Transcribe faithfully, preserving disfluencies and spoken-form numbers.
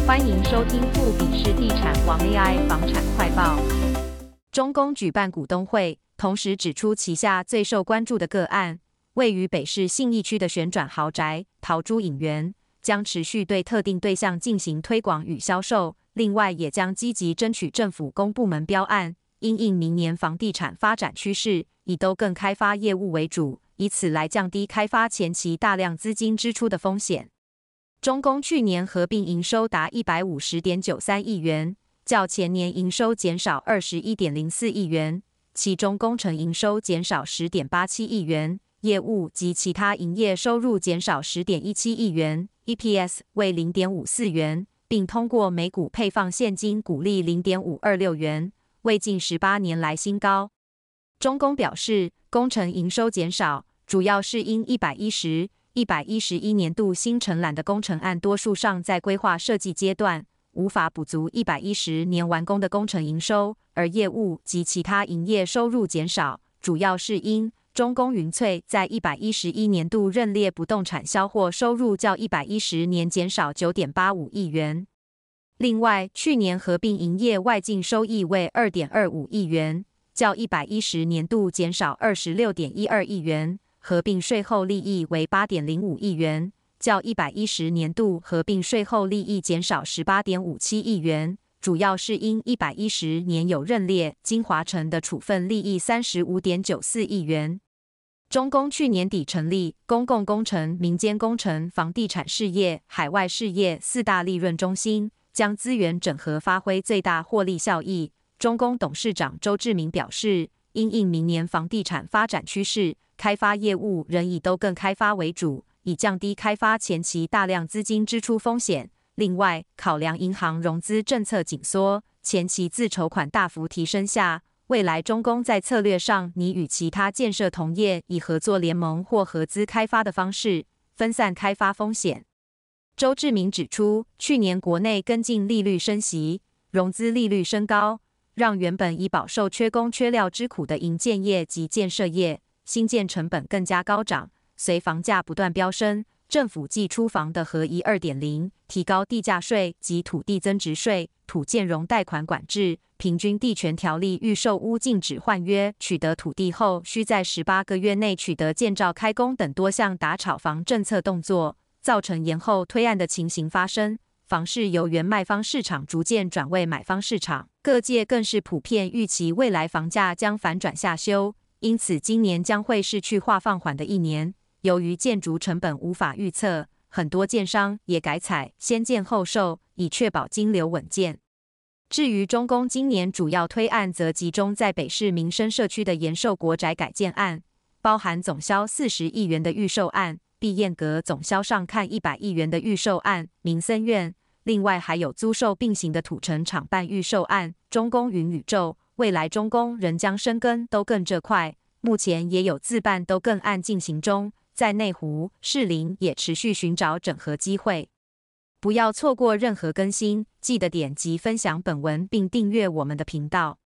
欢迎收听富比士地产王 A I 房产快报。中公举办股东会，同时指出旗下最受关注的个案，位于北市信义区的旋转豪宅陶朱影园，将持续对特定对象进行推广与销售。另外，也将积极争取政府公部门标案，因应明年房地产发展趋势，以都更开发业务为主，以此来降低开发前期大量资金支出的风险。中公去年合并营收达 一百五十点九三亿元，较前年营收减少 二十一点零四亿元，其中工程营收减少 十点八七亿元，业务及其他营业收入减少 十点一七亿元 ，E P S 为 零点五四元，并通过每股配放现金股利 零点五二六元，为近十八年来新高。中公表示，工程营收减少，主要是因一百一十、一百一十一年度新承揽的工程案多数尚在规划设计阶段，无法补足一百一十年完工的工程营收，而业务及其他营业收入减少，主要是因中公云翠在一百一十一年度认列不动产销货收入较一百一十年减少 九点八五亿元。另外，去年合并营业外净收益为 二点二五亿元，较一百一十年度减少 二十六点一二亿元。合并税后利益为 八点零五亿元，较一百一十年度合并税后利益减少 十八点五七亿元，主要是因一百一十年有认列金华城的处分利益 三十五点九四亿元。中公去年底成立公共工程、民间工程、房地产事业、海外事业四大利润中心，将资源整合发挥最大获利效益。中公董事长周志明表示，因应明年房地产发展趋势，开发业务仍以都更开发为主，以降低开发前期大量资金支出风险。另外，考量银行融资政策紧缩，前期自筹款大幅提升下，未来中公在策略上拟与其他建设同业以合作联盟或合资开发的方式，分散开发风险。周志明指出，去年国内跟进利率升息，融资利率升高，让原本已饱受缺工缺料之苦的营建业及建设业新建成本更加高涨，随房价不断飙升，政府继出房的合一 二点零 提高地价税及土地增值税、土建融贷款管制、平均地权条例预售屋禁止换约取得土地后需在十八个月内取得建照开工等多项打炒房政策动作，造成延后推案的情形发生，房市由原卖方市场逐渐转为买方市场，各界更是普遍预期未来房价将反转下修。因此，今年将会是去化放缓的一年。由于建筑成本无法预测，很多建商也改采先建后售，以确保金流稳健。至于中公今年主要推案，则集中在北市民生社区的延寿国宅改建案，包含总销四十亿元的预售案，碧燕阁总销上看一百亿元的预售案，民森苑。另外还有租售并行的土城厂办预售案，中公云宇宙。未来中公仍将深耕都更这块，目前也有自办都更案进行中，在内湖、士林也持续寻找整合机会。不要错过任何更新，记得点击分享本文并订阅我们的频道。